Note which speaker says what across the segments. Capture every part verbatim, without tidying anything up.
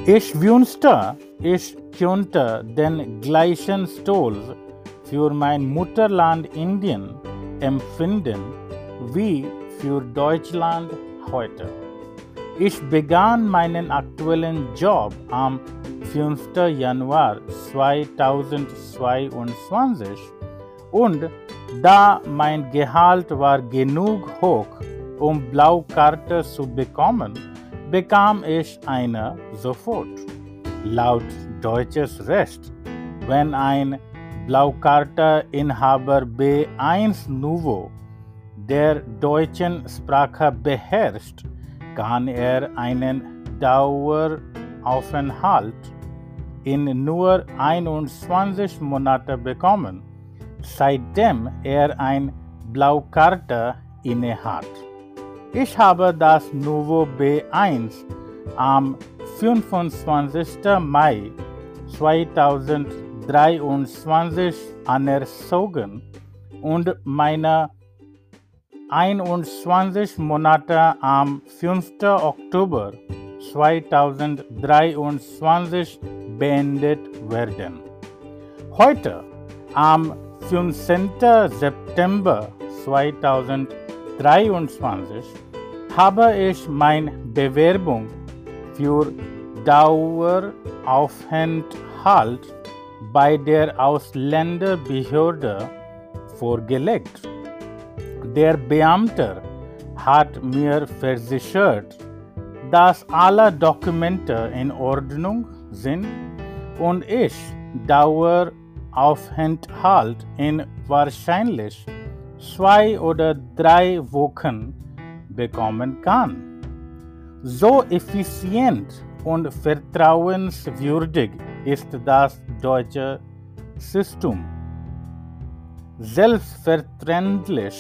Speaker 1: Ich wünschte, ich könnte den gleichen Stolz für mein Mutterland Indien empfinden wie für Deutschland heute. Ich begann meinen aktuellen Job am fünften Januar zweitausendzweiundzwanzig und da mein Gehalt war genug hoch, um Blaukarte zu bekommen, bekam ich eine sofort. Laut deutsches Recht, wenn ein Blaukarte-Inhaber B eins Niveau der deutschen Sprache beherrscht, kann er einen Daueraufenthalt in nur einundzwanzig Monate bekommen, seitdem er eine Blaukarte innehat. Ich habe das Niveau B eins am fünfundzwanzigsten Mai zweitausenddreiundzwanzig anerzogen und meine einundzwanzig Monate am fünften Oktober zweitausenddreiundzwanzig beendet werden. Heute, am fünfzehnten September zweitausenddreiundzwanzig, habe ich meine Bewerbung für Daueraufenthalt bei der Ausländerbehörde vorgelegt. Der Beamte hat mir versichert, dass alle Dokumente in Ordnung sind und ich Daueraufenthalt in wahrscheinlich zwei oder drei Wochen bekommen kann. So effizient und vertrauenswürdig ist das deutsche System. Selbstverständlich,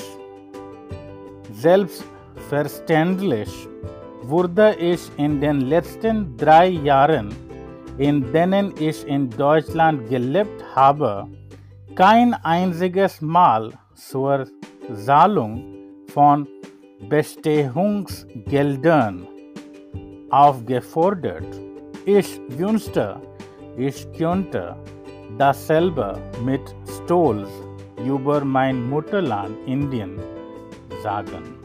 Speaker 1: selbstverständlich wurde ich in den letzten drei Jahren, in denen ich in Deutschland gelebt habe, kein einziges Mal zur Zahlung von Bestechungsgeldern aufgefordert. Ich wünschte, ich könnte dasselbe mit Stolz über mein Mutterland Indien sagen.